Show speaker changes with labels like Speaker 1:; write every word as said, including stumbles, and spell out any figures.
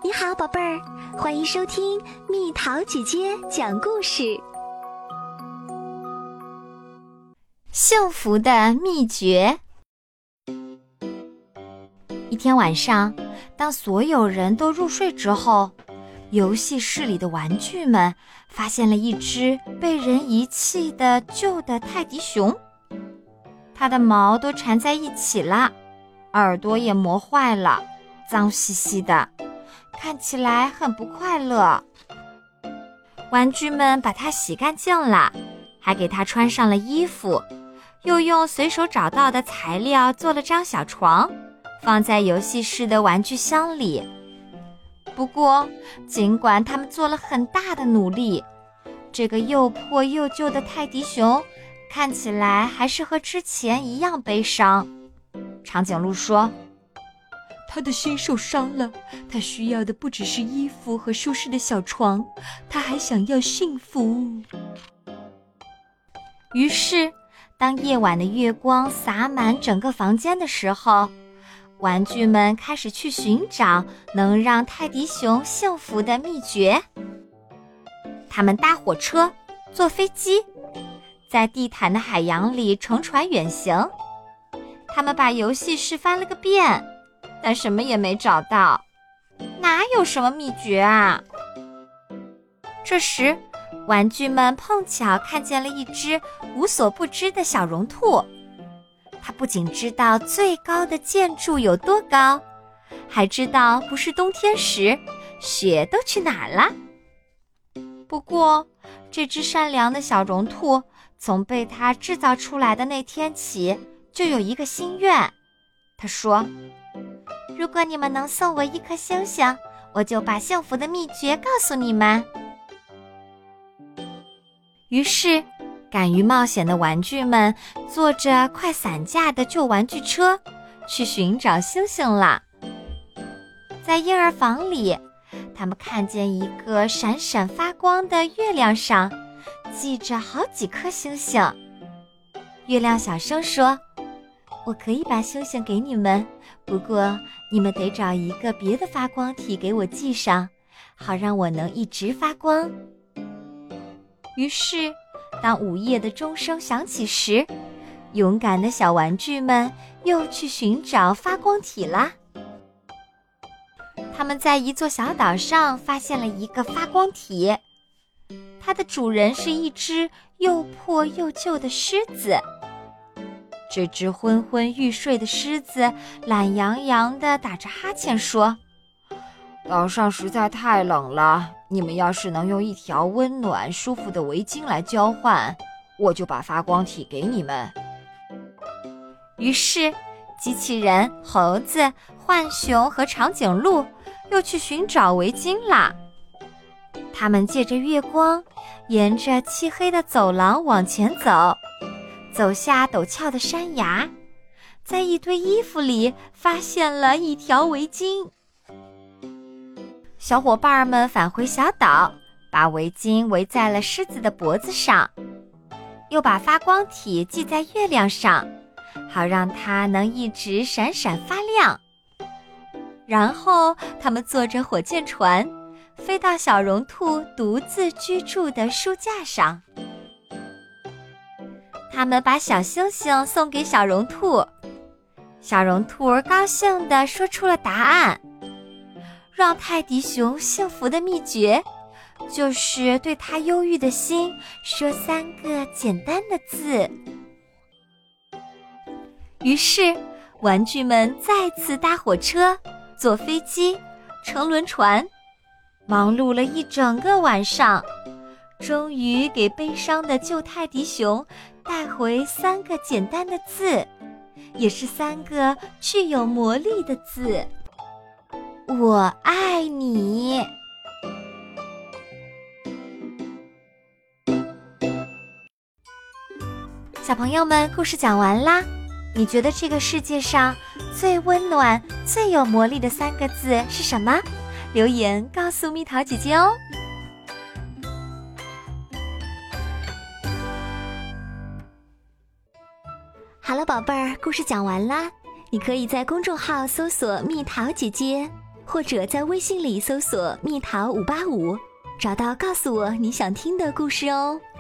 Speaker 1: 你好，宝贝儿，欢迎收听蜜桃姐姐讲故事。
Speaker 2: 幸福的秘诀。一天晚上，当所有人都入睡之后，游戏室里的玩具们发现了一只被人遗弃的旧的泰迪熊，它的毛都缠在一起了，耳朵也磨坏了，脏兮兮的，看起来很不快乐。玩具们把它洗干净了，还给它穿上了衣服，又用随手找到的材料做了张小床，放在游戏室的玩具箱里。不过，尽管他们做了很大的努力，这个又破又旧的泰迪熊看起来还是和之前一样悲伤。长颈鹿说，
Speaker 3: 他的心受伤了，他需要的不只是衣服和舒适的小床，他还想要幸福。
Speaker 2: 于是，当夜晚的月光洒满整个房间的时候，玩具们开始去寻找能让泰迪熊幸福的秘诀。他们搭火车，坐飞机，在地毯的海洋里乘船远行。他们把游戏室翻了个遍，但什么也没找到。哪有什么秘诀啊？这时，玩具们碰巧看见了一只无所不知的小绒兔。它不仅知道最高的建筑有多高，还知道不是冬天时雪都去哪儿了。不过，这只善良的小绒兔从被它制造出来的那天起，就有一个心愿。它说，如果你们能送我一颗星星，我就把幸福的秘诀告诉你们。于是，敢于冒险的玩具们坐着快散架的旧玩具车，去寻找星星了。在婴儿房里，他们看见一个闪闪发光的月亮上系着好几颗星星。月亮小声说，我可以把星星给你们，不过你们得找一个别的发光体给我系上，好让我能一直发光。于是，当午夜的钟声响起时，勇敢的小玩具们又去寻找发光体啦。他们在一座小岛上发现了一个发光体，它的主人是一只又破又旧的狮子。这只昏昏欲睡的狮子懒洋洋地打着哈欠说，岛上实在太冷了，你们要是能用一条温暖舒服的围巾来交换，我就把发光体给你们。于是，机器人、猴子、浣熊和长颈鹿又去寻找围巾啦。他们借着月光，沿着漆黑的走廊往前走，走下陡峭的山崖，在一堆衣服里发现了一条围巾。小伙伴们返回小岛，把围巾围在了狮子的脖子上，又把发光体系在月亮上，好让它能一直闪闪发亮。然后他们坐着火箭船，飞到小绒兔独自居住的书架上。他们把小星星送给小绒兔，小绒兔高兴地说出了答案。让泰迪熊幸福的秘诀，就是对他忧郁的心说三个简单的字。于是，玩具们再次搭火车，坐飞机，乘轮船，忙碌了一整个晚上，终于给悲伤的旧泰迪熊带回三个简单的字，也是三个具有魔力的字。我爱你。小朋友们，故事讲完啦。你觉得这个世界上最温暖、最有魔力的三个字是什么？留言告诉蜜桃姐姐哦。
Speaker 1: 好了，宝贝儿，故事讲完啦。你可以在公众号搜索蜜桃姐姐， 或者在微信里搜索蜜桃五八五，找到告诉我你想听的故事哦。